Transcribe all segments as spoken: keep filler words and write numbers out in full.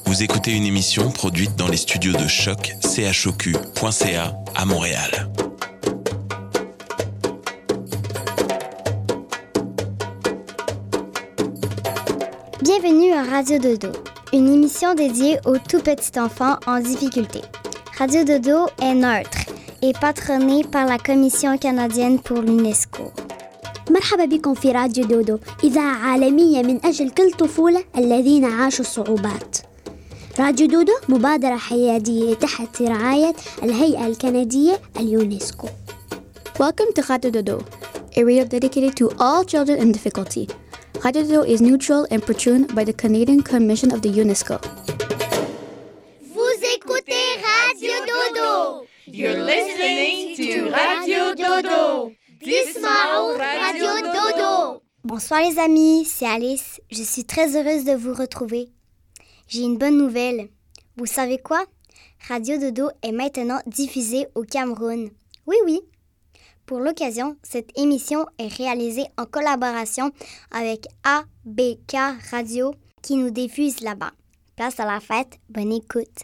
Vous écoutez une émission produite dans les studios de Choc, C H O Q point C A à Montréal. Bienvenue à Radio Dodo, une émission dédiée aux tout petits enfants en difficulté. Radio Dodo est neutre et patronnée par la Commission canadienne pour l'UNESCO. مرحبا بكم في راديو دودو، إذاعة عالمية من أجل كل طفولة الذين عاشوا الصعوبات. راديو دودو مبادرة حيادية تحت رعاية الهيئة الكندية اليونسكو. Welcome to Radio Dodo, a radio dedicated to all children in difficulty. Radio Dodo is neutral and patroned by the Canadian Commission of the UNESCO. Vous écoutez Radio Dodo. You're listening to Radio Dodo. Dismao Radio Dodo. Bonsoir les amis, c'est Alice. Je suis très heureuse de vous retrouver. J'ai une bonne nouvelle. Vous savez quoi? Radio Dodo est maintenant diffusée au Cameroun. Oui, oui. Pour l'occasion, cette émission est réalisée en collaboration avec A B K Radio qui nous diffuse là-bas. Place à la fête, bonne écoute.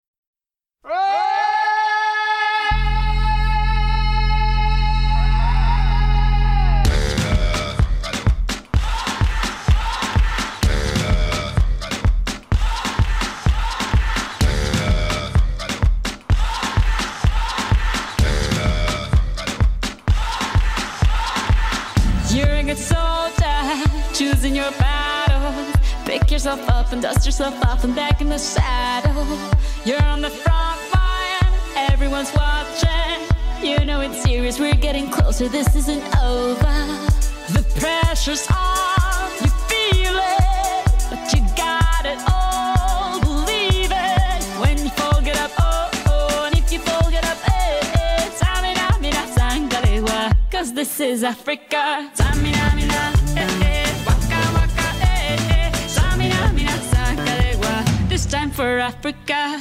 You're a good soldier, choosing your battle. Pick yourself up and dust yourself off and back in the saddle. You're on the front line, everyone's watching. You know it's serious, we're getting closer, this isn't over. The pressure's on, you feel it, but you got it all, believe it. When you fall, get up, oh, oh, and if you fall, get up, eh, eh. Samina, mina, sangalewa, cause this is Africa. Samina, mina, eh, eh, waka, waka, eh, eh. Samina, mina, sangalewa, this time for Africa.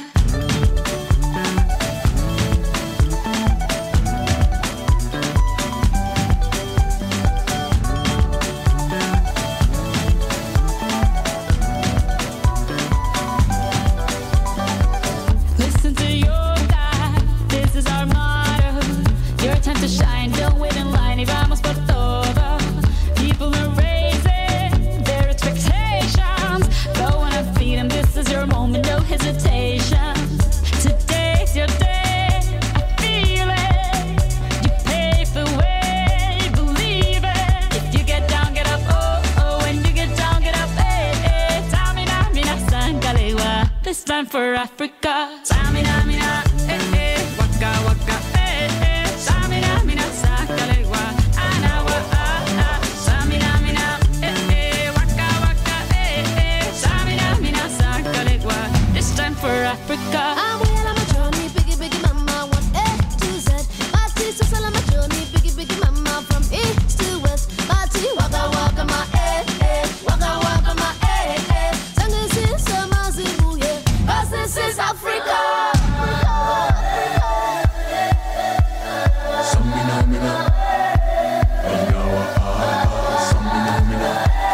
Listen to your God, this is our motto. Your time to shine, don't wait in line, y vamos por todo. People are raising their expectations. Go on and feed them, this is your moment, no hesitation. Today's your day, I feel it. You pave the way, believe it. If you get down, get up, oh, oh. When you get down, get up, eh, eh. Tamina, mina, sangalewa, this time for Africa. Tamina, mina, eh, eh. Waka, waka, eh, eh. Tamina, mina, sangalewa, anawa, ah, ah. Tamina, mina, eh, eh. Waka, waka, eh, eh. Tamina, mina, sangalewa, this time for Africa. I'm well on my journey, biggie, biggie mama, one A to Z. Party, so sell on my journey, biggie, biggie mama, from east to west. Party, waka, waka, my eh, eh. Waka, waka, my eh, eh. Tango, sin, sama, zibu, yeah. 'Cause this is Africa. Samina mina, anawa ah, samina mina,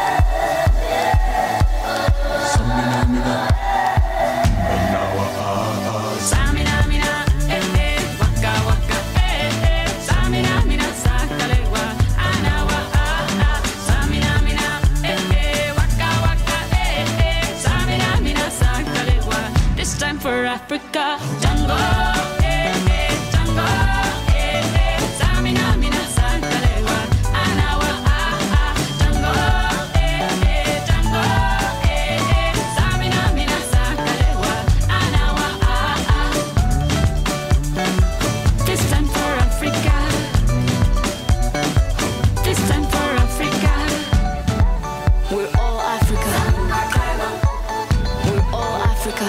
samina mina, anawa ah, Samina, mina, eh, eh. Waka, waka, eh, eh. Samina, mina, sangalewa, anawa, ah, ah. Samina, mina, eh, eh. Waka, waka, eh, eh. Samina, mina, sangalewa, this time for Africa. Jungle, eh, eh. Jungle, eh, eh. Samina, mina, sangalewa, anawa, ah, ah. Jungle, eh, eh. Jungle, eh, eh. Samina, mina, sangalewa, anawa, ah, ah. This time for Africa. This time for Africa. We're all Africa. We're all Africa.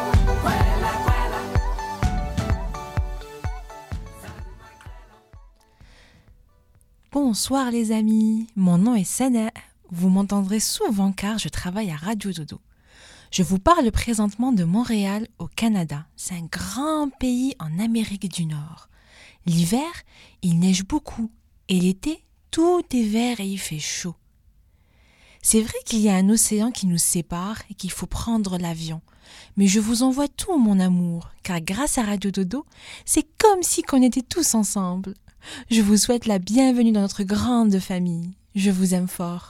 Bonsoir les amis, mon nom est Sana. Vous m'entendrez souvent car je travaille à Radio Dodo. Je vous parle présentement de Montréal au Canada. C'est un grand pays en Amérique du Nord. L'hiver, il neige beaucoup et l'été, tout est vert et il fait chaud. C'est vrai qu'il y a un océan qui nous sépare et qu'il faut prendre l'avion. Mais je vous envoie tout mon amour, car grâce à Radio Dodo, c'est comme si qu'on était tous ensemble. Je vous souhaite la bienvenue dans notre grande famille. Je vous aime fort.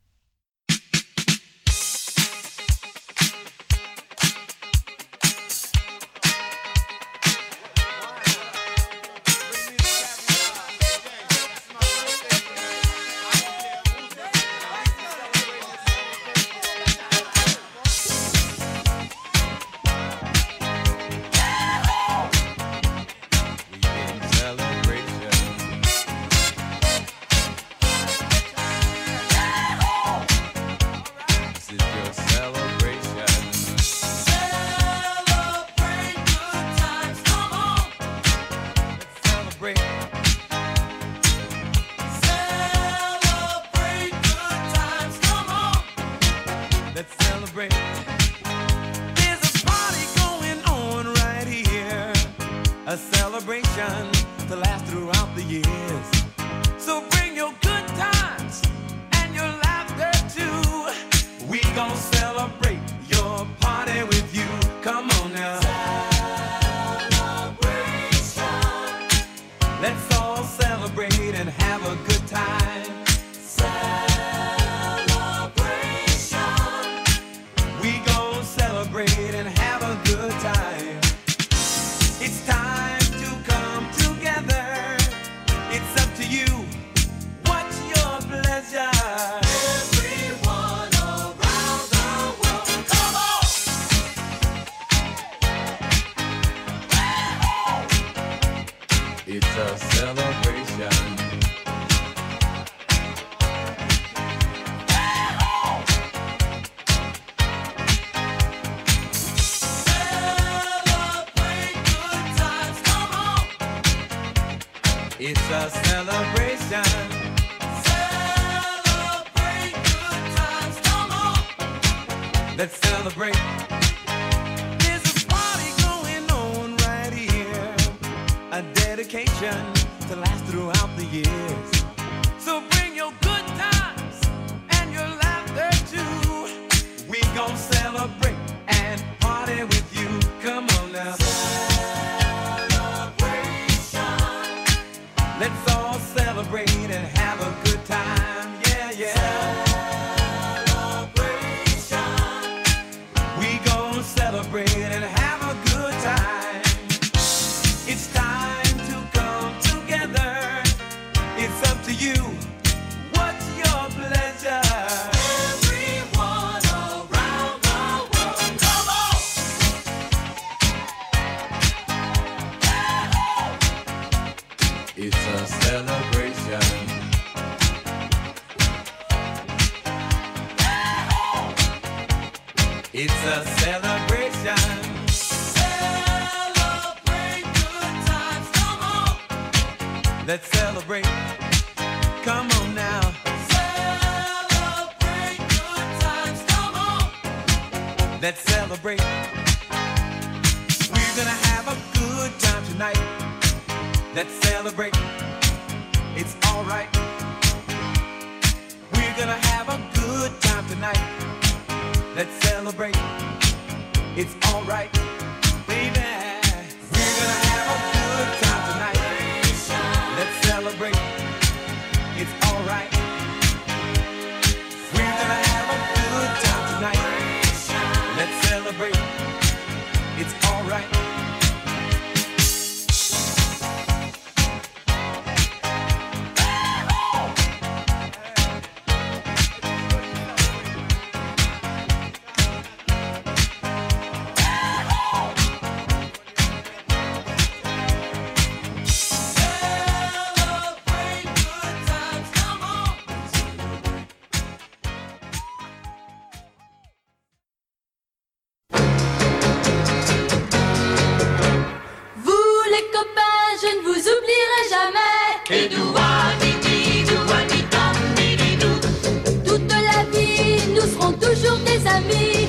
Toute la vie, nous serons toujours des amis.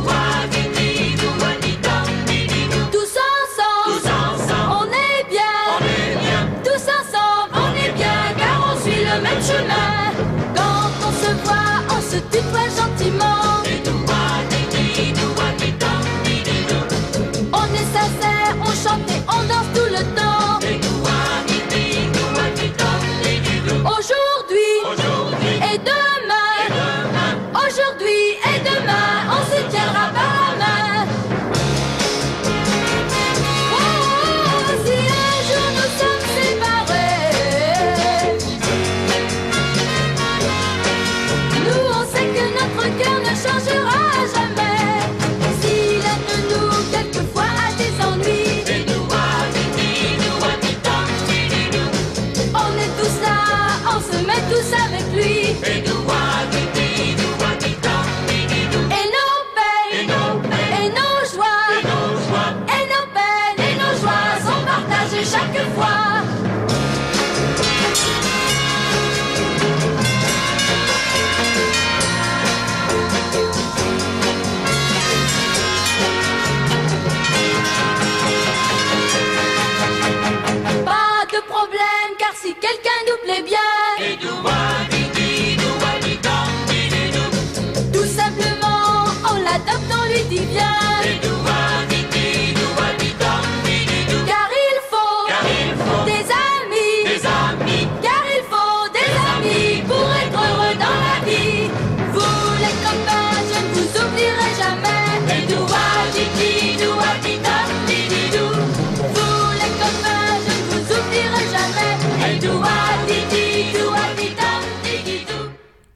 Tous ensemble, Tous ensemble, on est bien. on est bien. Tous ensemble, on est bien, car on suit le même chemin. Quand on se voit, on se tutoie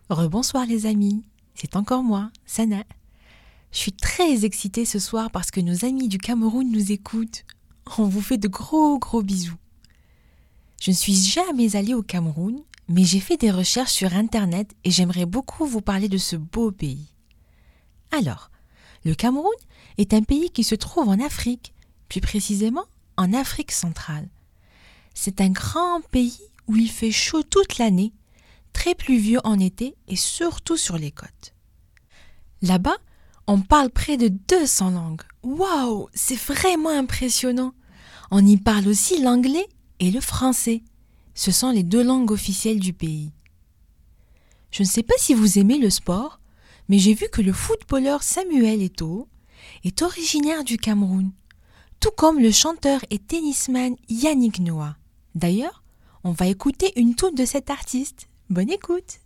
Rebonsoir les amis, c'est encore moi, Sana. Je suis très excitée ce soir parce que nos amis du Cameroun nous écoutent. On vous fait de gros gros bisous. Je ne suis jamais allée au Cameroun, mais j'ai fait des recherches sur Internet et j'aimerais beaucoup vous parler de ce beau pays. Alors, le Cameroun est un pays qui se trouve en Afrique, plus précisément en Afrique centrale. C'est un grand pays où il fait chaud toute l'année, très pluvieux en été et surtout sur les côtes. Là-bas, on parle près de deux cents langues. Waouh, c'est vraiment impressionnant. On y parle aussi l'anglais et le français. Ce sont les deux langues officielles du pays. Je ne sais pas si vous aimez le sport, mais j'ai vu que le footballeur Samuel Eto'o est originaire du Cameroun, tout comme le chanteur et tennisman Yannick Noah. D'ailleurs, on va écouter une tune de cet artiste. Bonne écoute!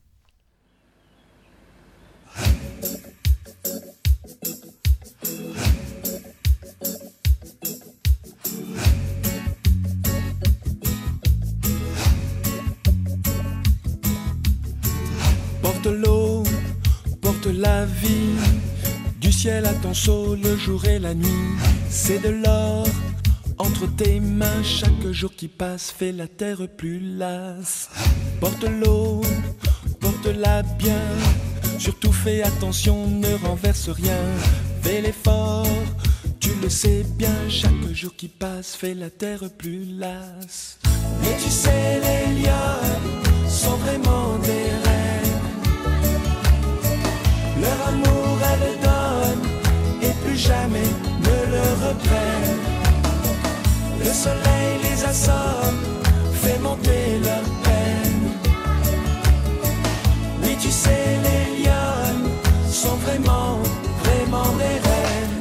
Porte l'eau, porte la vie, du ciel à ton seau, le jour et la nuit. C'est de l'or entre tes mains, chaque jour qui passe fait la terre plus lasse. Porte l'eau, porte-la bien, surtout fais attention, ne renverse rien. Fais l'effort, tu le sais bien, chaque jour qui passe fait la terre plus lasse. Mais tu sais, les lions sont vraiment des reines. Leur amour elles donnent et plus jamais ne le reprennent. Le soleil les assomme, fait monter leur peine. Oui, tu sais, les lionnes sont vraiment, vraiment des reines.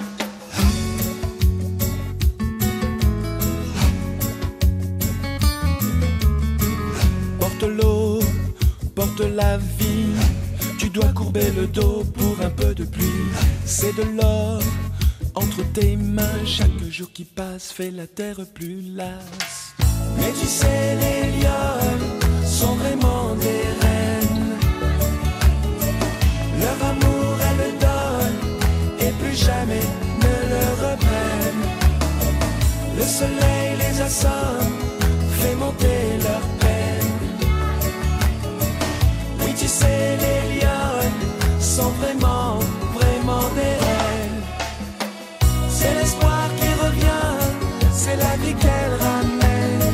Porte l'eau, porte la vie, tu dois courber le dos pour un peu de pluie. C'est de l'or entre tes mains, chaque jour qui passe fait la terre plus lasse. Mais tu sais, les lionnes sont vraiment des reines. Leur amour elles donnent et plus jamais ne le reprennent. Le soleil les assomme, fait monter leur peine. Oui, tu sais, les lionnes sont vraiment, vraiment des reines. C'est l'espoir qui revient, c'est la vie qu'elle ramène.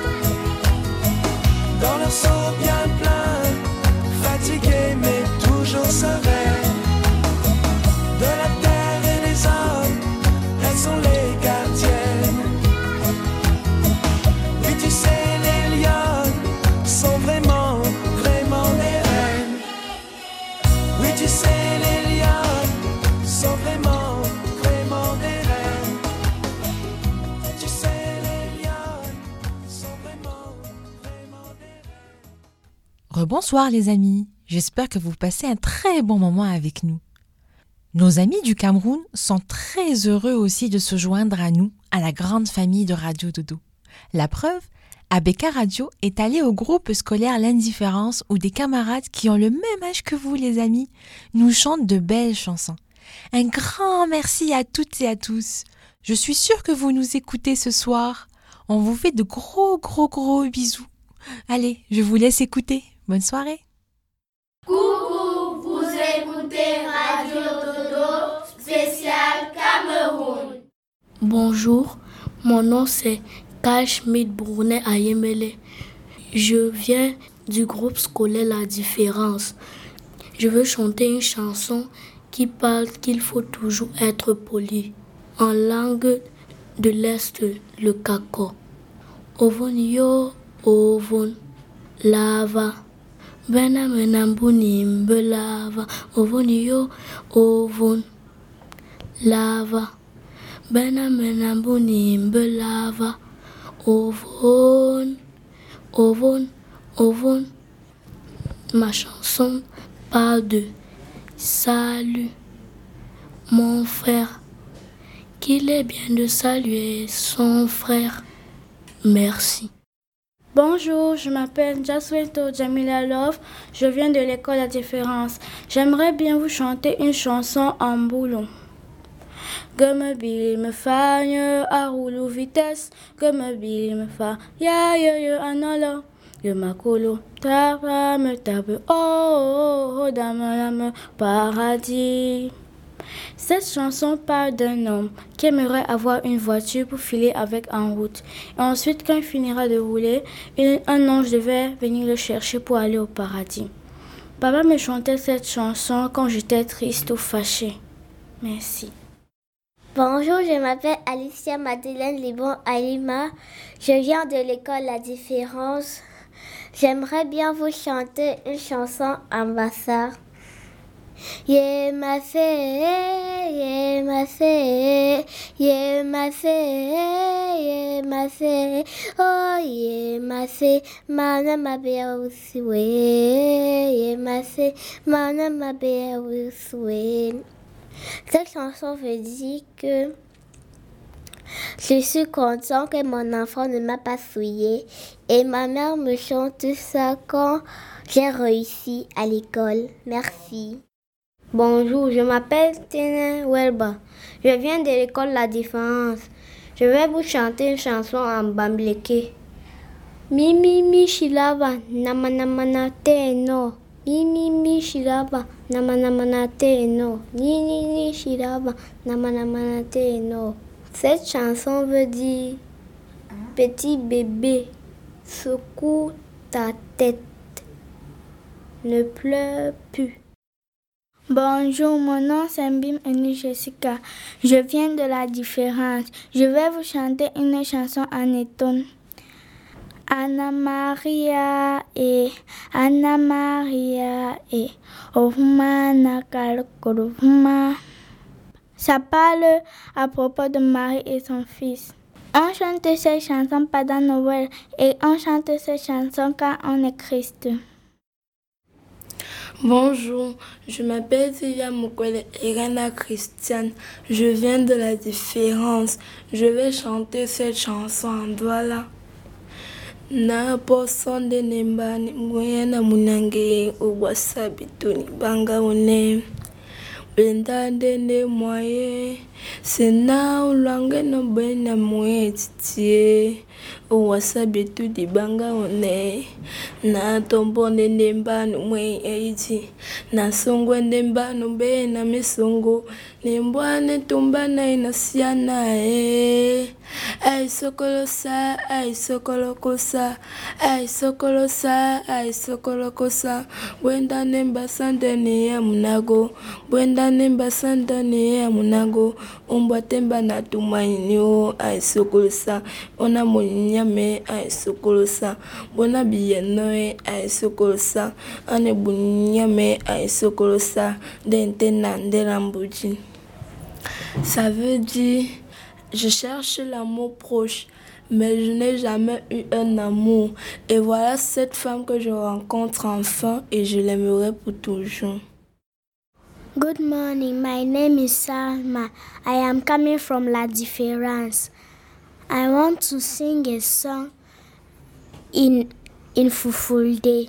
Dans leur seau bien plein, fatigués mais toujours sereines. De la terre et des hommes, elles sont les gardiennes. Oui, tu sais, les lionnes sont vraiment, vraiment des reines. Oui, tu sais, les lionnes sont vraiment, vraiment des reines. Tu sais, les lionnes sont vraiment, vraiment des reines. Rebonsoir les amis, j'espère que vous passez un très bon moment avec nous. Nos amis du Cameroun sont très heureux aussi de se joindre à nous, à la grande famille de Radio Dodo. La preuve, A B K Radio est allé au groupe scolaire L'Indifférence où des camarades qui ont le même âge que vous les amis nous chantent de belles chansons. Un grand merci à toutes et à tous. Je suis sûre que vous nous écoutez ce soir. On vous fait de gros gros gros bisous. Allez, je vous laisse écouter. Bonne soirée. Coucou, vous écoutez Radio Dodo spécial Cameroun. Bonjour, mon nom c'est Kai Schmidt Brunet Ayemele. Je viens du groupe scolaire La Différence. Je veux chanter une chanson qui parle qu'il faut toujours être poli. En langue de l'Est, le Kako. Ovon yo, ovon, lava. Bena menambuni mbelava. Ovon yo, ovon, lava. Bena menambuni mbelava. Ovon, ovon, ovon. Ma chanson parle de salut, mon frère. Qu'il est bien de saluer son frère. Merci. Bonjour, je m'appelle Jaswelto Jamila Love, je viens de l'école La Différence. J'aimerais bien vous chanter une chanson en boulon. Gomme bili me fa nye a roule vitesse, gomme bili me fa ya ya ya anolo. Yo makolo tapa me tape oh oh oh dame dame paradis. Cette chanson parle d'un homme qui aimerait avoir une voiture pour filer avec en route. Et ensuite, quand il finira de rouler, un ange devait venir le chercher pour aller au paradis. Papa me chantait cette chanson quand j'étais triste ou fâchée. Merci. Bonjour, je m'appelle Alicia Madeleine Libon Alima. Je viens de l'école La Différence. J'aimerais bien vous chanter une chanson en bassa. Ye ma fée, ye ma fée, ye ma fée, ye ma fée, oh ye ma fée, mana ma bea uswe, ye ma fée, mana ma bea uswe. Cette chanson veut dire que je suis content que mon enfant ne m'a pas souillé et ma mère me chante tout ça quand j'ai réussi à l'école. Merci. Bonjour, je m'appelle Tina Welba. Je viens de l'école La Différence. Je vais vous chanter une chanson en bambleke. Mi mi mi shilaba nama nama na te no. Mi mi mi shilaba nama nama na te no. Ni ni ni shilaba nama nama na te no. Cette chanson veut dire petit bébé, secoue ta tête, ne pleure plus. Bonjour, mon nom c'est Mbim Eni Jessica. Je viens de La Différence. Je vais vous chanter une chanson en étonne. Anna Maria et Anna Maria et Ohumana Kalkoruma. Ça parle à propos de Marie et son fils. On chante cette chanson pendant Noël et on chante cette chanson quand on est Christ. Bonjour, je m'appelle Zia Mukwele Irena Christiane. Je viens de La Différence. Je vais chanter cette chanson en Douala. Na posonde nembani mwena munange uwasabi tuni banga one. Bendande ne moye sena ulange no bena moye titie uwasabi tu di banga one. Na tombo nemba no mwe eiti na songwe nemba no be na misongo nembwane tumba na inasiana e ai sokolosa ai sokolokosa ai sokolosa ai sokolokosa wenda nemba sandane ya munago wenda nemba sandane ya munago umbwa temba na tumaini o ai sokolosa ona monyame ai sokolosa bona biyenoe ai sokolosa ane bunyame ai sokolosa dente nandela mbuji. Ça veut dire je cherche l'amour proche, mais je n'ai jamais eu un amour. Et voilà cette femme que je rencontre enfin et je l'aimerai pour toujours. Good morning, my name is Salma. I am coming from La Différence. I want to sing a song in in Fulfulde.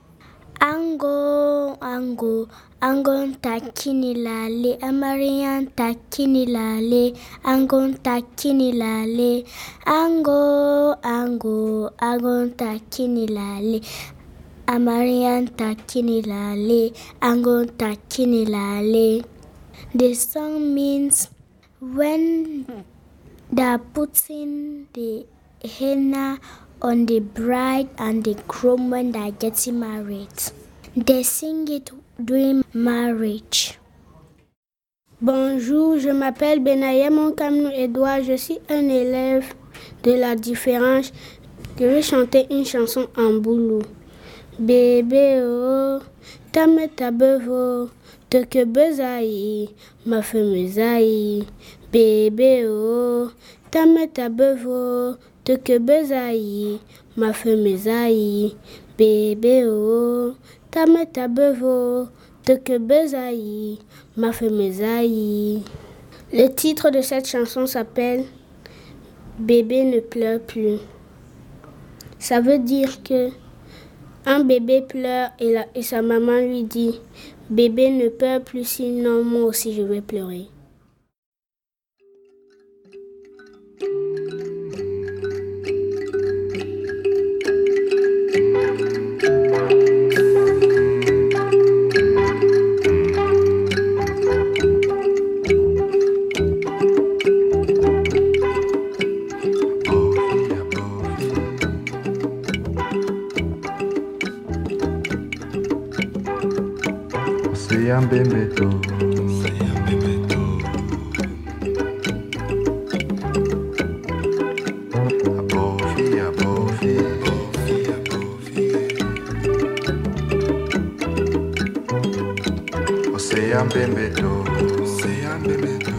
Ango, ango, angon takini lale, amarian takini lale, angon takini lale, ango, ango, angon takini lale, amarian takini lale, angon takini lale. The song means when they're putting the henna on the bride and the groom when they're getting married. They sing it during marriage. Bonjour, je m'appelle Benaya Monkamnou Edouard, je suis un élève de La Différence. Je vais chanter une chanson en boulot. Bébé oh, tame tabevo, te que bezaï, ma femme zaï. Bébé oh, tame tabevo, te que bezaï, ma femme zaï. Bébé oh, tame tabevo, te que bezaï, ma femme zaï. Le titre de cette chanson s'appelle Bébé ne pleure plus. Ça veut dire que un bébé pleure et, la, et sa maman lui dit « Bébé ne pleure plus, sinon moi aussi je vais pleurer ». Sayam Bebeto, Sayam Bebeto, Abofi, Abofi, Abofi, Abofi, Sayam Bebeto, Sayam Bebeto,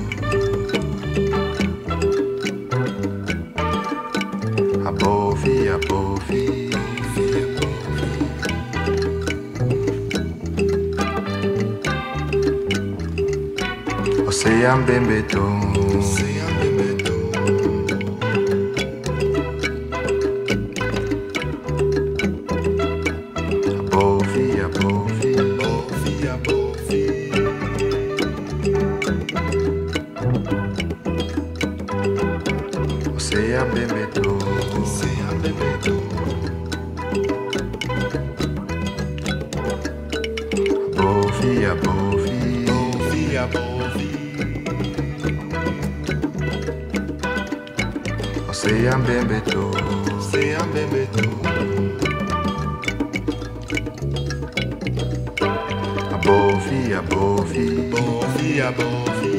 Abofi, Abofi, Sayam Bebeto, Sayam Bebeto, Abofi, Abofi, Abofi, Abofi, Sayam Bebeto, Sayam Bebeto, Abofi, Abofi, Abofi, Abofi, Sayam Bebeto, Sayam Bebeto, Abofi, Abofi, Abofi, Abofi,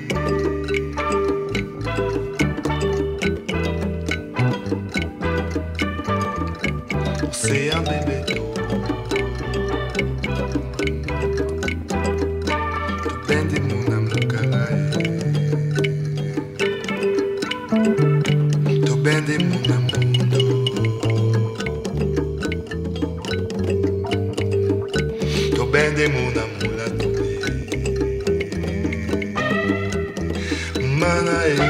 Sayam Bebeto, Bendi Muna Mukarae, to bendi Muna Mundo, to bendi Muna Mula Tobe, Mana e.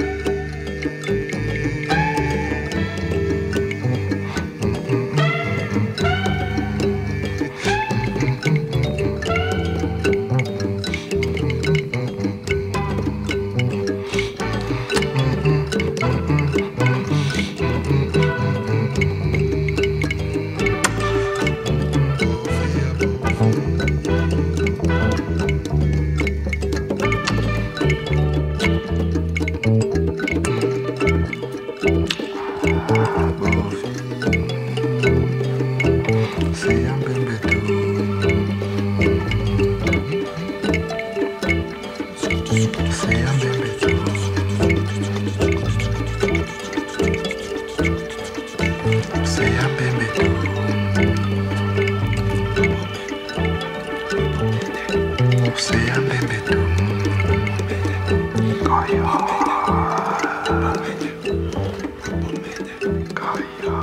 Sayam Bebeto, Sayam Bebeto, Sayam Bebeto, Sayam Bebeto, Kaya, Kaya.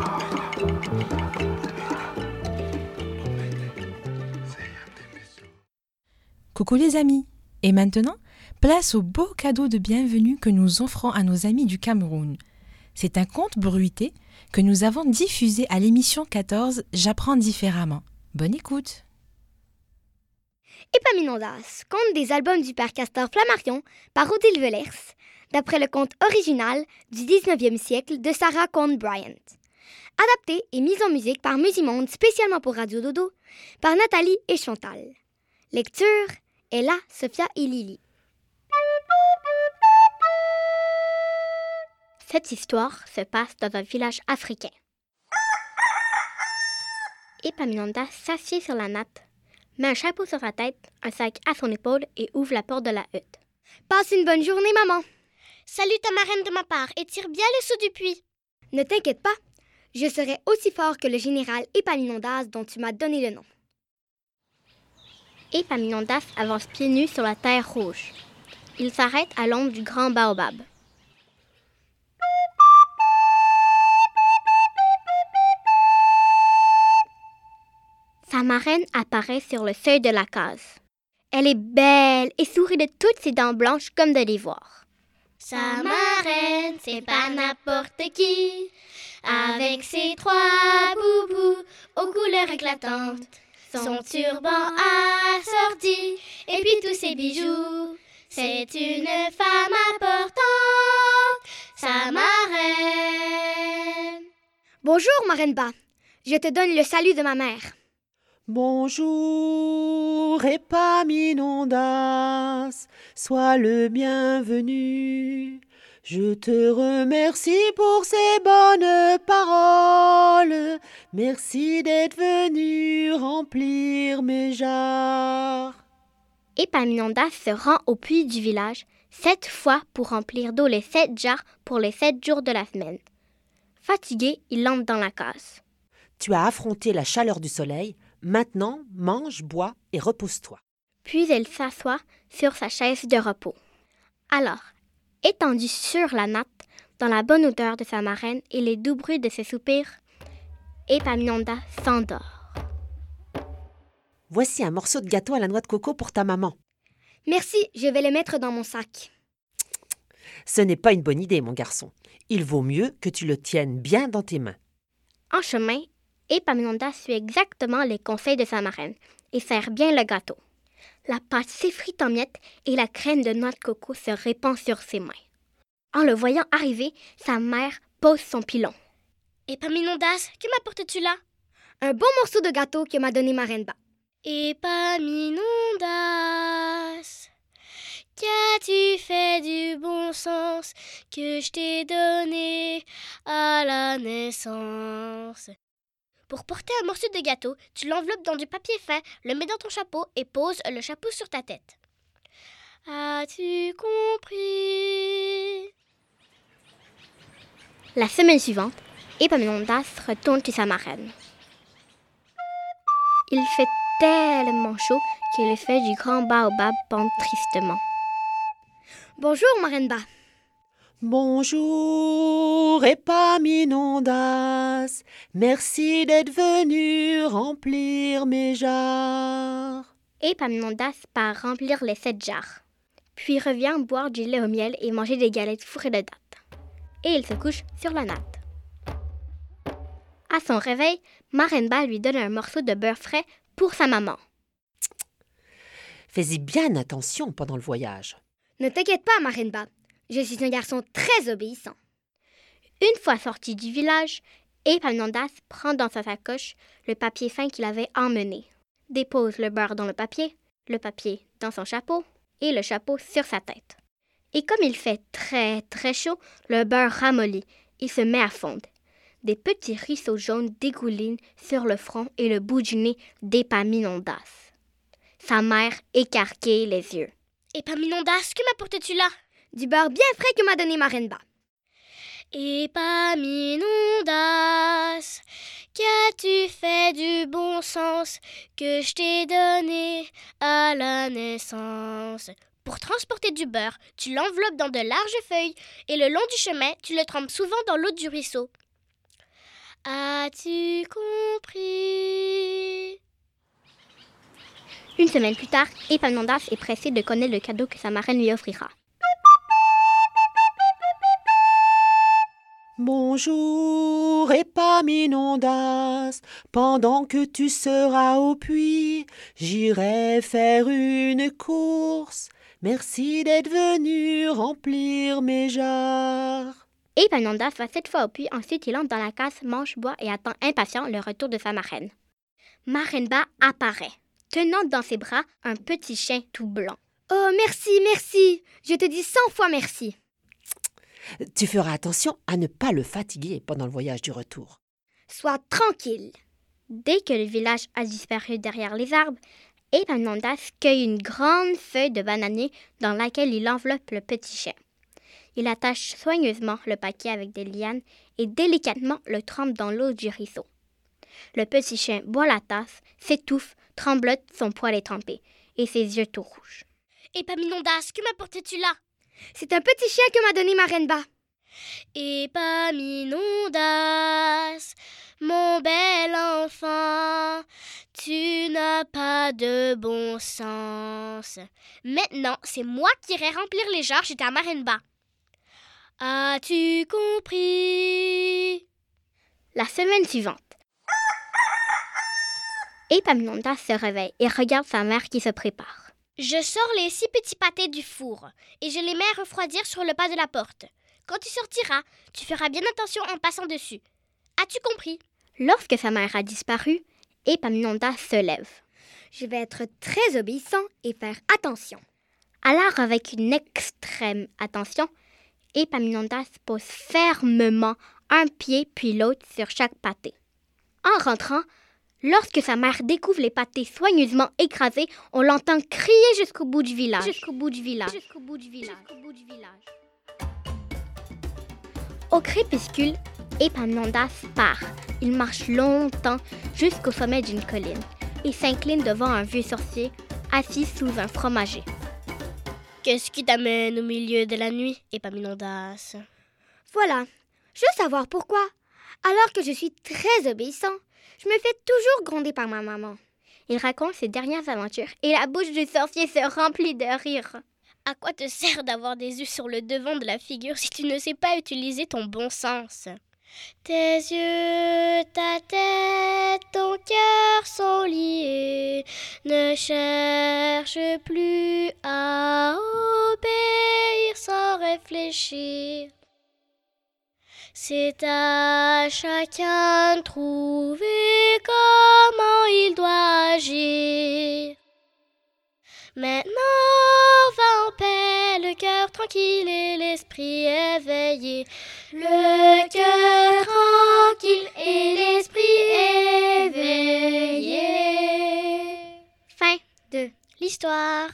Coucou les amis. Et maintenant, place au beau cadeau de bienvenue que nous offrons à nos amis du Cameroun. C'est un conte bruité que nous avons diffusé à l'émission quatorze J'apprends différemment. Bonne écoute. Épaminondas, conte des albums du père Castor Flammarion par Odile Velers, d'après le conte original du dix-neuvième siècle de Sarah Cohn Bryant. Adapté et mis en musique par Musimonde spécialement pour Radio Dodo, par Nathalie et Chantal. Lecture, Ella, Sophia et Lily. Cette histoire se passe dans un village africain. Epaminondas s'assied sur la natte, met un chapeau sur sa tête, un sac à son épaule et ouvre la porte de la hutte. Passe une bonne journée, maman. Salut ta marraine de ma part et tire bien le seau du puits. Ne t'inquiète pas, je serai aussi fort que le général Épaminondas dont tu m'as donné le nom. Epaminondas avance pieds nus sur la terre rouge. Il s'arrête à l'ombre du grand baobab. Sa marraine apparaît sur le seuil de la case. Elle est belle et sourit de toutes ses dents blanches comme de l'ivoire. Sa marraine, c'est pas n'importe qui. Avec ses trois boubous aux couleurs éclatantes, son turban assorti et puis tous ses bijoux. C'est une femme importante, sa marraine. Bonjour, marraine Ba. Je te donne le salut de ma mère. Bonjour, Épaminondas, sois le bienvenu. Je te remercie pour ces bonnes paroles. Merci d'être venu remplir mes jarres. Épaminondas se rend au puits du village, sept fois pour remplir d'eau les sept jarres pour les sept jours de la semaine. Fatigué, il entre dans la case. Tu as affronté la chaleur du soleil. Maintenant, mange, bois et repose-toi. Puis elle s'assoit sur sa chaise de repos. Alors, étendue sur la natte, dans la bonne odeur de sa marraine et les doux bruits de ses soupirs, Épaminondas s'endort. Voici un morceau de gâteau à la noix de coco pour ta maman. Merci, je vais le mettre dans mon sac. Ce n'est pas une bonne idée, mon garçon. Il vaut mieux que tu le tiennes bien dans tes mains. En chemin, Épaminondas suit exactement les conseils de sa marraine et serre bien le gâteau. La pâte s'effrite en miettes et la crème de noix de coco se répand sur ses mains. En le voyant arriver, sa mère pose son pilon. « Épaminondas, que m'apportes-tu là ?»« Un bon morceau de gâteau que m'a donné marraine Ba. »« Épaminondas, qu'as-tu fait du bon sens que je t'ai donné à la naissance ?» Pour porter un morceau de gâteau, tu l'enveloppes dans du papier fin, le mets dans ton chapeau et poses le chapeau sur ta tête. As-tu compris? La semaine suivante, Épaminondas retourne chez sa marraine. Il fait tellement chaud que les feuilles du grand baobab pendent tristement. Bonjour, marraine Ba. Bonjour, Épaminondas, merci d'être venu remplir mes jarres. Épaminondas part remplir les sept jarres, puis revient boire du lait au miel et manger des galettes fourrées de dattes. Et il se couche sur la natte. À son réveil, marraine Ba lui donne un morceau de beurre frais pour sa maman. Fais-y bien attention pendant le voyage. Ne t'inquiète pas, marraine Ba. Je suis un garçon très obéissant. Une fois sorti du village, Épaminondas prend dans sa sacoche le papier fin qu'il avait emmené, dépose le beurre dans le papier, le papier dans son chapeau et le chapeau sur sa tête. Et comme il fait très très chaud, le beurre ramollit. Il se met à fondre. Des petits ruisseaux jaunes dégoulinent sur le front et le bout du nez d'Épaminondas. Sa mère écarquille les yeux. « Épaminondas, que m'apportes-tu là ?» Du beurre bien frais que m'a donné marraine Ba. Épaminondas, qu'as-tu fait du bon sens que je t'ai donné à la naissance? Pour transporter du beurre, tu l'enveloppes dans de larges feuilles et le long du chemin, tu le trempes souvent dans l'eau du ruisseau. As-tu compris? Une semaine plus tard, Épaminondas est pressé de connaître le cadeau que sa marraine lui offrira. Bonjour, Épaminondas, pendant que tu seras au puits, j'irai faire une course. Merci d'être venu remplir mes jarres. Épaminondas va cette fois au puits, ensuite il entre dans la case, mange, boit et attend impatient le retour de sa marraine. Marraine Ba apparaît, tenant dans ses bras un petit chien tout blanc. « Oh, merci, merci, je te dis cent fois merci. » Tu feras attention à ne pas le fatiguer pendant le voyage du retour. Sois tranquille. Dès que le village a disparu derrière les arbres, Épaminondas cueille une grande feuille de bananier dans laquelle il enveloppe le petit chien. Il attache soigneusement le paquet avec des lianes et délicatement le trempe dans l'eau du ruisseau. Le petit chien boit la tasse, s'étouffe, tremblote, son poil est trempé et ses yeux tout rouges. « Épaminondas, que m'apportes-tu là ?» C'est un petit chien que m'a donné marraine Ba. Épaminondas, mon bel enfant, tu n'as pas de bon sens. Maintenant, c'est moi qui irai remplir les jarres chez ta marraine Ba. As-tu compris? La semaine suivante. Epaminondas se réveille et regarde sa mère qui se prépare. Je sors les six petits pâtés du four et je les mets à refroidir sur le pas de la porte. Quand tu sortiras, tu feras bien attention en passant dessus. As-tu compris? Lorsque sa mère a disparu, Epaminondas se lève. Je vais être très obéissant et faire attention. Alors, avec une extrême attention, Epaminondas pose fermement un pied puis l'autre sur chaque pâté. En rentrant, lorsque sa mère découvre les pâtés soigneusement écrasés, on l'entend crier jusqu'au bout du village. Jusqu'au bout du village. Jusqu'au bout du village. Jusqu'au bout du village. Au crépuscule, Epaminondas part. Il marche longtemps jusqu'au sommet d'une colline et s'incline devant un vieux sorcier assis sous un fromager. Qu'est-ce qui t'amène au milieu de la nuit, Epaminondas? Voilà, je veux savoir pourquoi. Alors que je suis très obéissant, je me fais toujours gronder par ma maman. Il raconte ses dernières aventures et la bouche du sorcier se remplit de rire. À quoi te sert d'avoir des yeux sur le devant de la figure si tu ne sais pas utiliser ton bon sens? Tes yeux, ta tête, ton cœur sont liés. Ne cherche plus à obéir sans réfléchir. C'est à chacun de trouver comment il doit agir. Maintenant, va en paix, le cœur tranquille et l'esprit éveillé. Le cœur tranquille et l'esprit éveillé. Fin de l'histoire.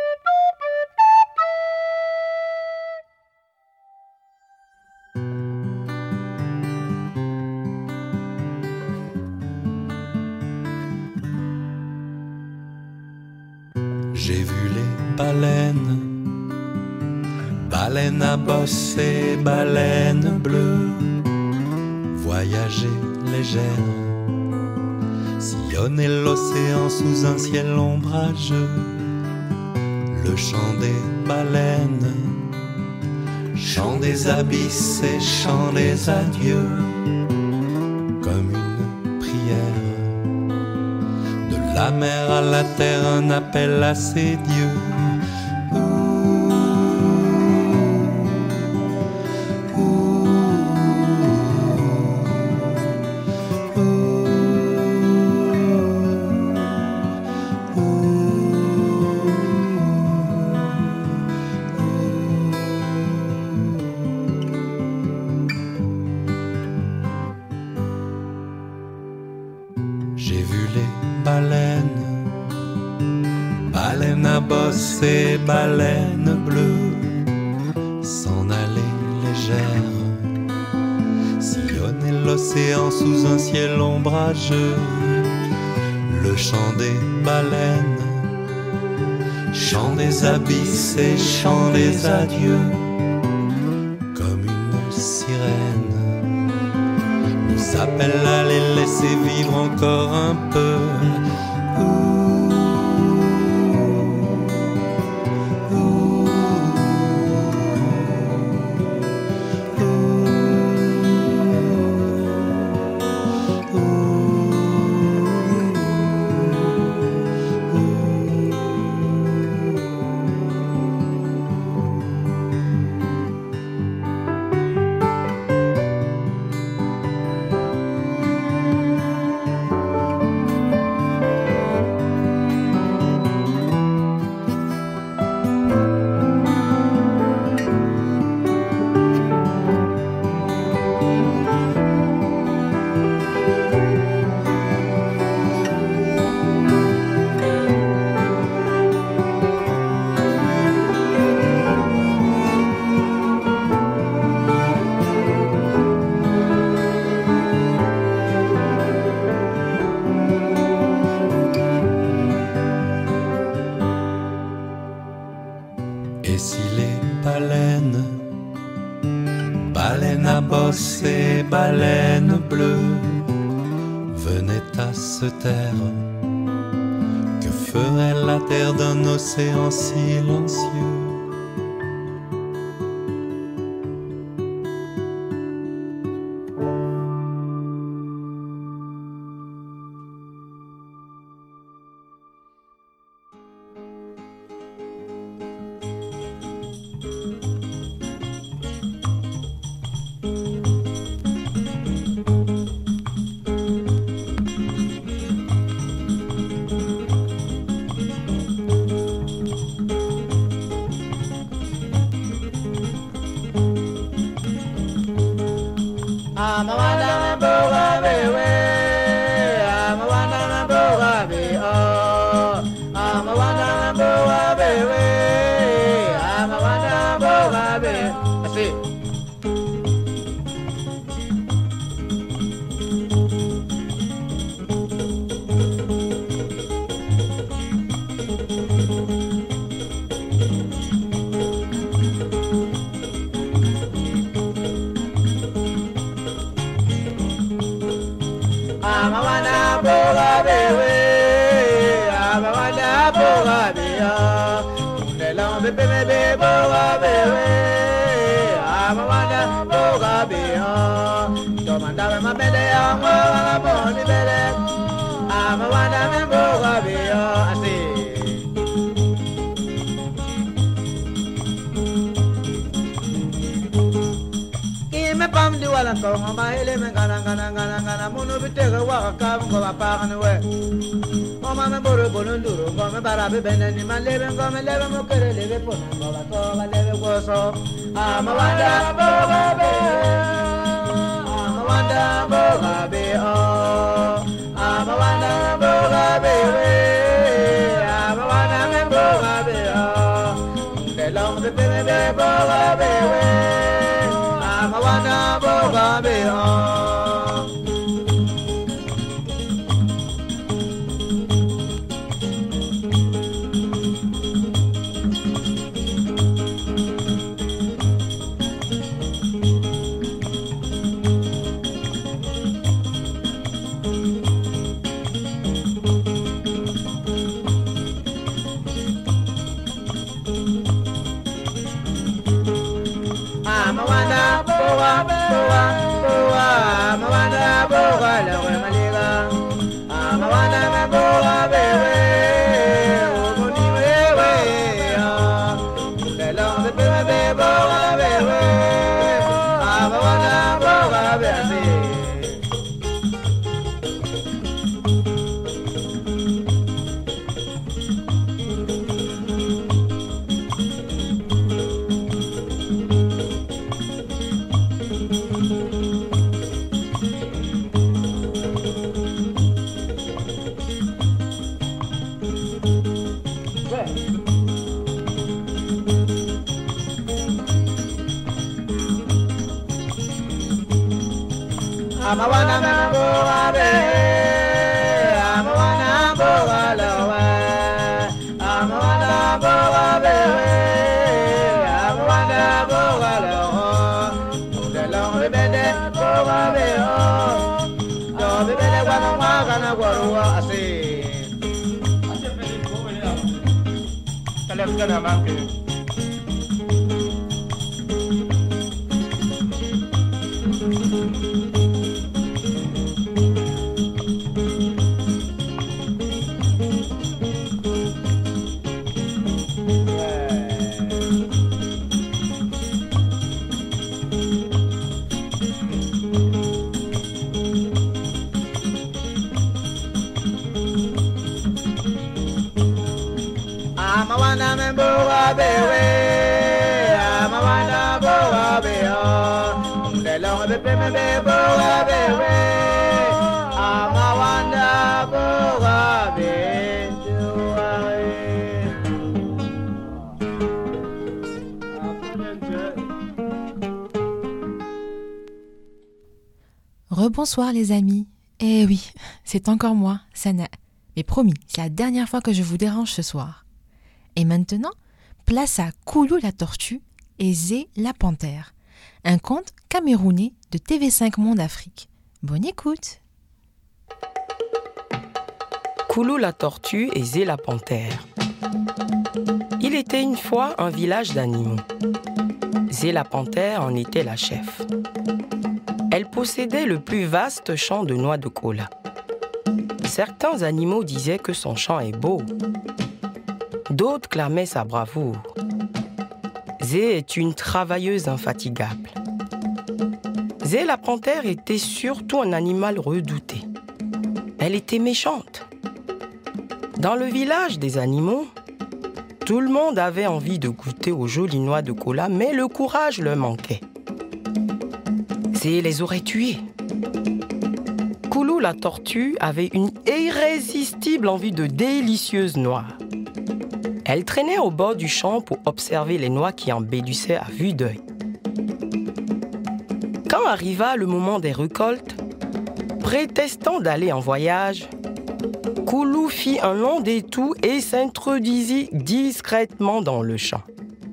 J'ai vu les baleines, baleines à bosse et baleines bleues, voyager légères, sillonner l'océan sous un ciel ombrageux. Le chant des baleines, chant des abysses et chant des adieux, comme une prière. De la mer à la terre, un appel à ses dieux. J'ai vu les baleines, baleines à bosse et baleines bleues, s'en aller légères, sillonner l'océan sous un ciel ombrageux. Le chant des baleines, chant des abysses et chant des adieux, comme une sirène, nous appelle à les laisser vivre encore un peu. Et si les baleines, baleines à bosse et baleines bleues, venaient à se taire, que ferait la terre d'un océan silencieux? Amawanda mboga bewe, amawanda mboga be oh, amawanda mboga bewe, amawanda mboga be. Así. Amawanda boga bewe, amawanda boga beya, undela bebe bebe boga bewe, amawanda boga beya, tomanda me mabele ya boga boni bele, amawanda me boga beya, así. Me pam di wala ko ma ele me gana gana gana gana munu bitega wa ka ko ba pa kan we o ma me boro bolo nduro ko me bara be benani ma lebe ko me lebe mo kere lebe pona ko ba ko ba lebe ko so ama wanda bo ba be ama wanda bo ba be o ama wanda bo ba be we ama wanda me bo ba be o de long de be be bo ba be we Amawanda boga be oh. Amawanda boga boga boga amawanda boga la we maliga amawanda me boga bewe omoni bewe ah le long de bebe boga bewe amawanda boga bewe Amawanda me boga be, amawanda boga la we, amawanda boga be, amawanda boga la ho, de long de bede boga be ho, do de bede wa no wa kana gwaru wa ase. Ase bede boga la. Kala kana manke. Amawanda me boga bewe, amawanda boga beya, de long de pe me be boga bewe, amawanda boga be. Rebonsoir les amis. Eh oui, c'est encore moi, Sana. Mais promis, c'est la dernière fois que je vous dérange ce soir. Et maintenant, place à Koulou la tortue et Zé la panthère, un conte camerounais de T V cinq Monde Afrique. Bonne écoute. Koulou la tortue et Zé la panthère. Il était une fois un village d'animaux. Zé la panthère en était la chef. Elle possédait le plus vaste champ de noix de cola. Certains animaux disaient que son champ est beau. D'autres clamaient sa bravoure. Zé est une travailleuse infatigable. Zé la panthère était surtout un animal redouté. Elle était méchante. Dans le village des animaux, tout le monde avait envie de goûter aux jolies noix de cola, mais le courage leur manquait. Zé les aurait tués. Koulou la tortue avait une irrésistible envie de délicieuses noix. Elle traînait au bord du champ pour observer les noix qui embellissaient à vue d'œil. Quand arriva le moment des récoltes, prétextant d'aller en voyage, Koulou fit un long détour et s'introduisit discrètement dans le champ.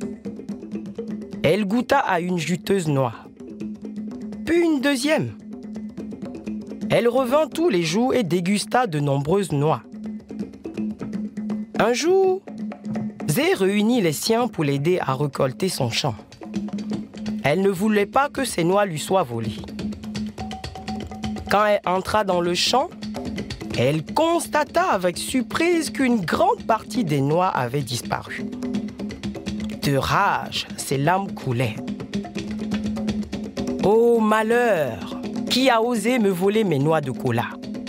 Elle goûta à une juteuse noix, puis une deuxième. Elle revint tous les jours et dégusta de nombreuses noix. Un jour, Zé réunit les siens pour l'aider à récolter son champ. Elle ne voulait pas que ses noix lui soient volées. Quand elle entra dans le champ, elle constata avec surprise qu'une grande partie des noix avait disparu. De rage, ses larmes coulaient. « Oh malheur! Qui a osé me voler mes noix de cola ?»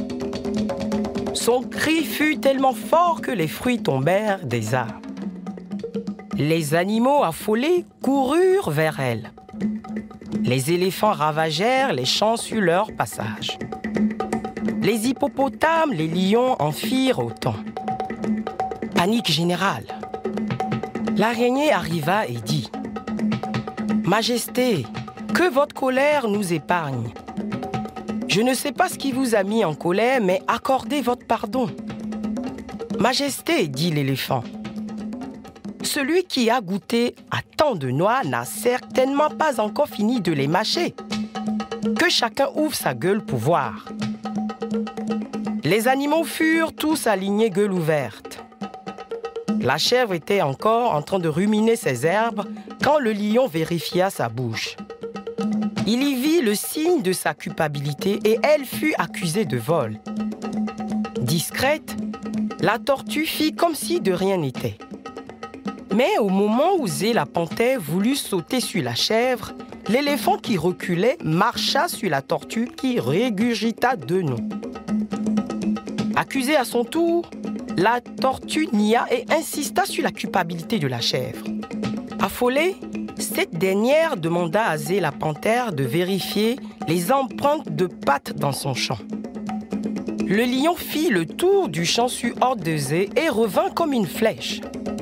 Son cri fut tellement fort que les fruits tombèrent des arbres. Les animaux affolés coururent vers elle. Les éléphants ravagèrent les champs sur leur passage. Les hippopotames, les lions en firent autant. Panique générale. L'araignée arriva et dit « Majesté, que votre colère nous épargne. Je ne sais pas ce qui vous a mis en colère, mais accordez votre pardon. » « Majesté, dit l'éléphant, celui qui a goûté à tant de noix n'a certainement pas encore fini de les mâcher. Que chacun ouvre sa gueule pour voir. » Les animaux furent tous alignés gueule ouverte. La chèvre était encore en train de ruminer ses herbes quand le lion vérifia sa bouche. Il y vit le signe de sa culpabilité et elle fut accusée de vol. Discrète, la tortue fit comme si de rien n'était. Mais au moment où Zé la panthère voulut sauter sur la chèvre, l'éléphant qui reculait marcha sur la tortue qui régurgita deux noms. Accusée à son tour, la tortue nia et insista sur la culpabilité de la chèvre. Affolée, cette dernière demanda à Zé la panthère de vérifier les empreintes de pattes dans son champ. Le lion fit le tour du champ sur ordre de Zé et revint comme une flèche.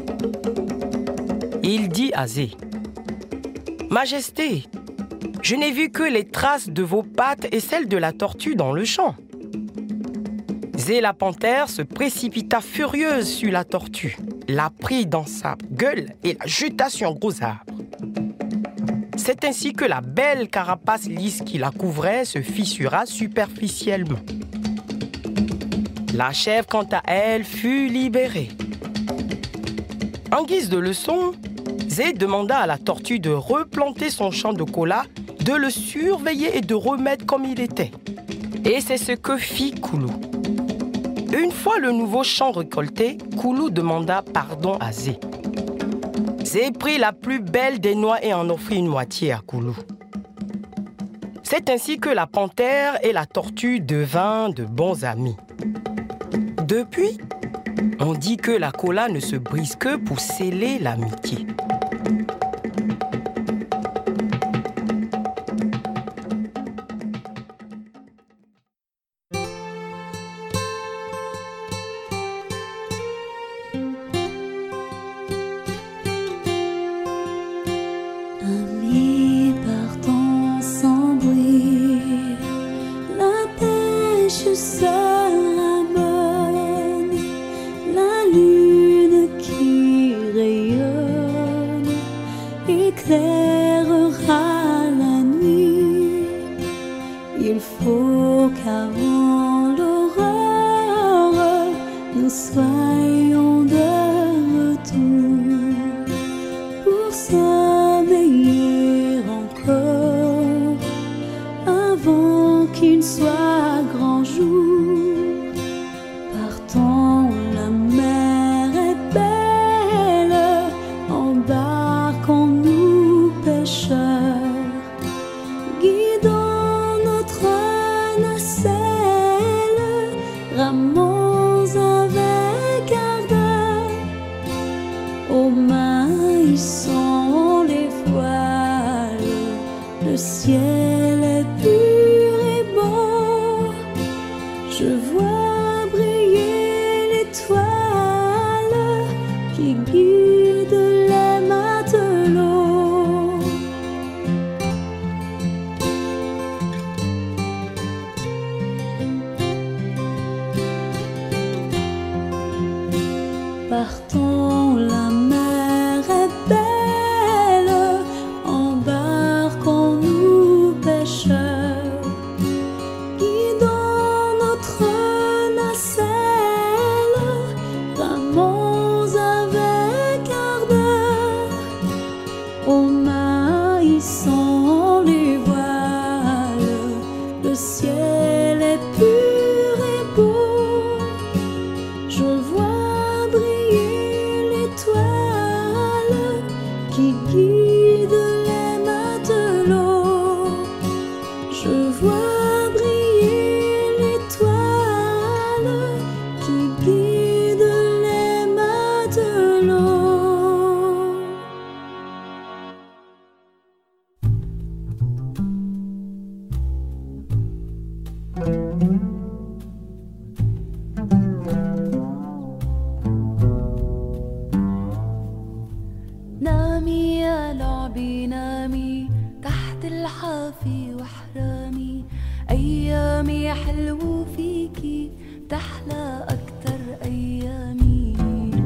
Il dit à Zé « Majesté, je n'ai vu que les traces de vos pattes et celles de la tortue dans le champ. » Zé la panthère se précipita furieuse sur la tortue, la prit dans sa gueule et la jeta sur un gros arbre. C'est ainsi que la belle carapace lisse qui la couvrait se fissura superficiellement. La chèvre, quant à elle, fut libérée. En guise de leçon, Zé demanda à la tortue de replanter son champ de cola, de le surveiller et de remettre comme il était. Et c'est ce que fit Koulou. Une fois le nouveau champ récolté, Koulou demanda pardon à Zé. Zé prit la plus belle des noix et en offrit une moitié à Koulou. C'est ainsi que la panthère et la tortue devinrent de bons amis. Depuis, on dit que la cola ne se brise que pour sceller l'amitié. Amis partant sans bruit, la pêche sera bonne, la lune qui rayonne éclairera la nuit. Il faut qu'avant l'aurore, nous soyons de retour pour sommeiller encore avant qu'il soit grand jour. Partons, la mer est belle, embarquons-nous pêcheurs, guidons notre nacelle, ramons avec ardeur. Aux mains hissons les voiles, le ciel est pur et beau. Je vois briller l'étoile qui guide les matelots. Partons, la mer est belle, embarquons-nous pêcheurs, guidons notre nacelle, ramons avec ardeur, au maïsson les voiles, le ciel est pur et beau. Je vois briller l'étoile qui guide les matelots. Je vois briller l'étoile qui guide les matelots. نامي يا لعبي نامي تحت الحافي واحرامي، أيامي حلو فيكي تحلى أكتر أيامي.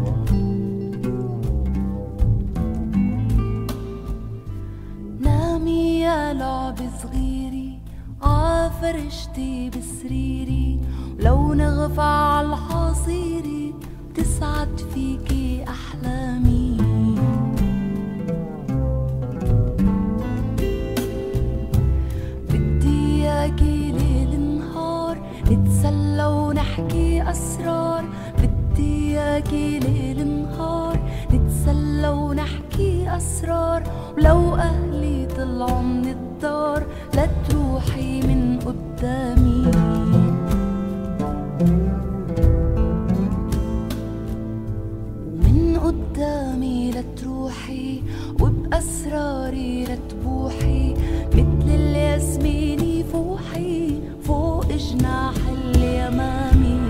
نامي يا لعبي صغيري عافرشتي بسريري، ولو نغفى عالحصيري تسعد فيكي أحلامي. بدي ليل نهار نتسلى ونحكي أسرار، بدي إياكي ليل نهار نتسلى ونحكي أسرار، ولو أهلي طلعوا من الدار لا تروحي من قدامي. من قدامي لا تروحي وبأسراري لا تبوحي، مثل الياسمين فوحي فوق جناح اليمامي.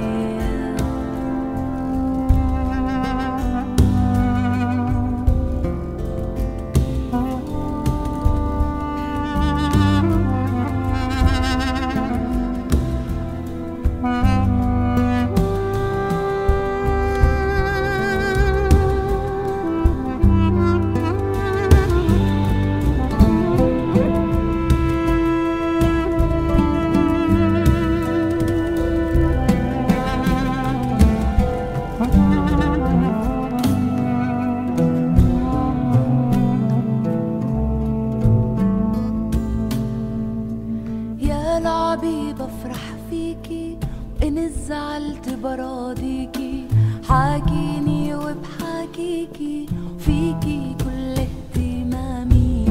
زعلت براضيكي، حاكيني وبحاكيكي فيكي كل اهتمامي.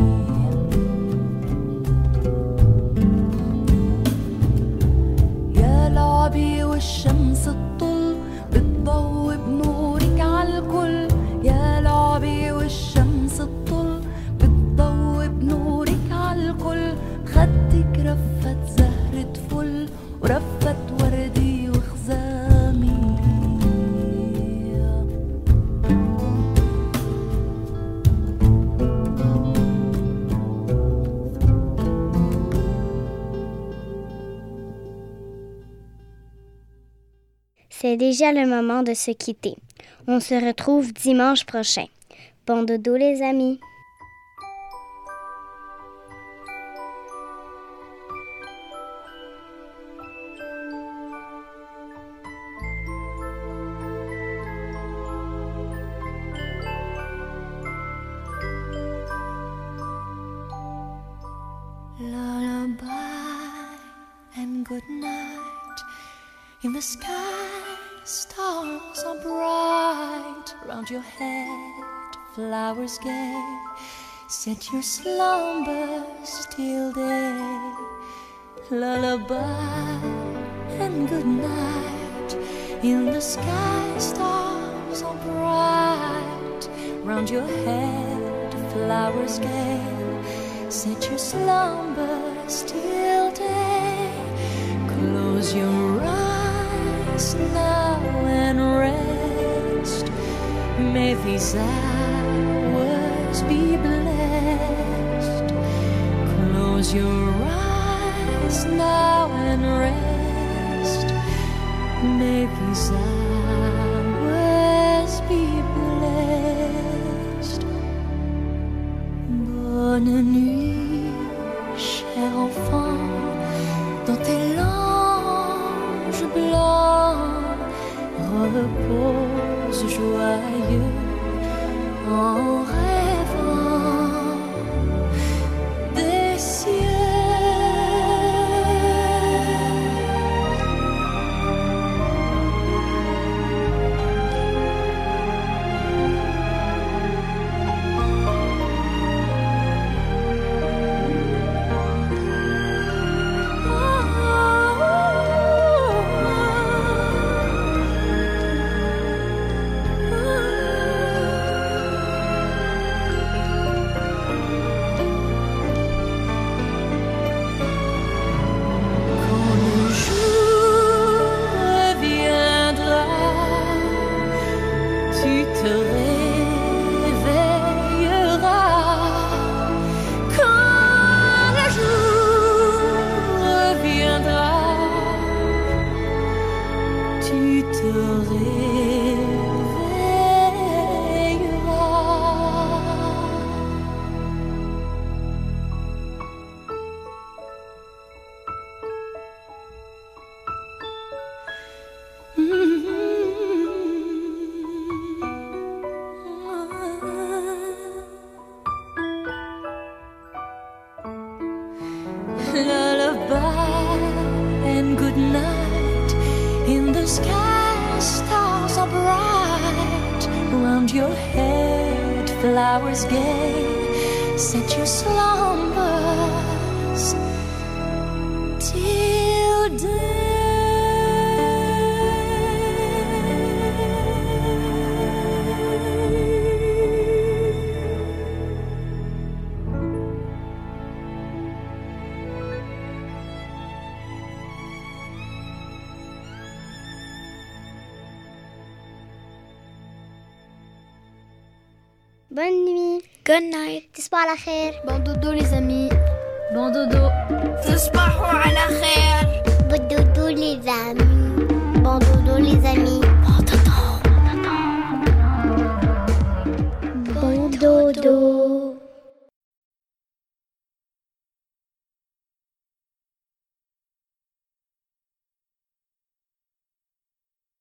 يا لعبي والشمس الطل بتضوي بنورك عالكل، يا لعبي والشمس الطل بتضوي بنورك عالكل، خدك رفت زهرة فل ورفت وردي وخزامي. C'est déjà le moment de se quitter. On se retrouve dimanche prochain. Bon dodo les amis. Lullaby and good night. In the sky, stars are bright. Round your head, flowers gay. Set your slumbers till day. Lullaby and good night. In the sky, stars are bright. Round your head, flowers gay. Set your slumbers hours till day. Close your eyes now and rest. May these hours be blessed. Close your eyes now and rest. May these hours be blessed. Bonne nuit, cher enfant, dans tes langes blancs, repose joyeux en rêvant des cieux. Lullaby and good night. In the sky stars are bright. Round your head flowers gay set your slumbers till day. Bonne nuit. Good night. تصبحوا على خير. Bon dodo les amis. Bon dodo. تصبحوا على خير. Bon dodo les amis. Bon dodo les amis. Bon dodo. Bon dodo.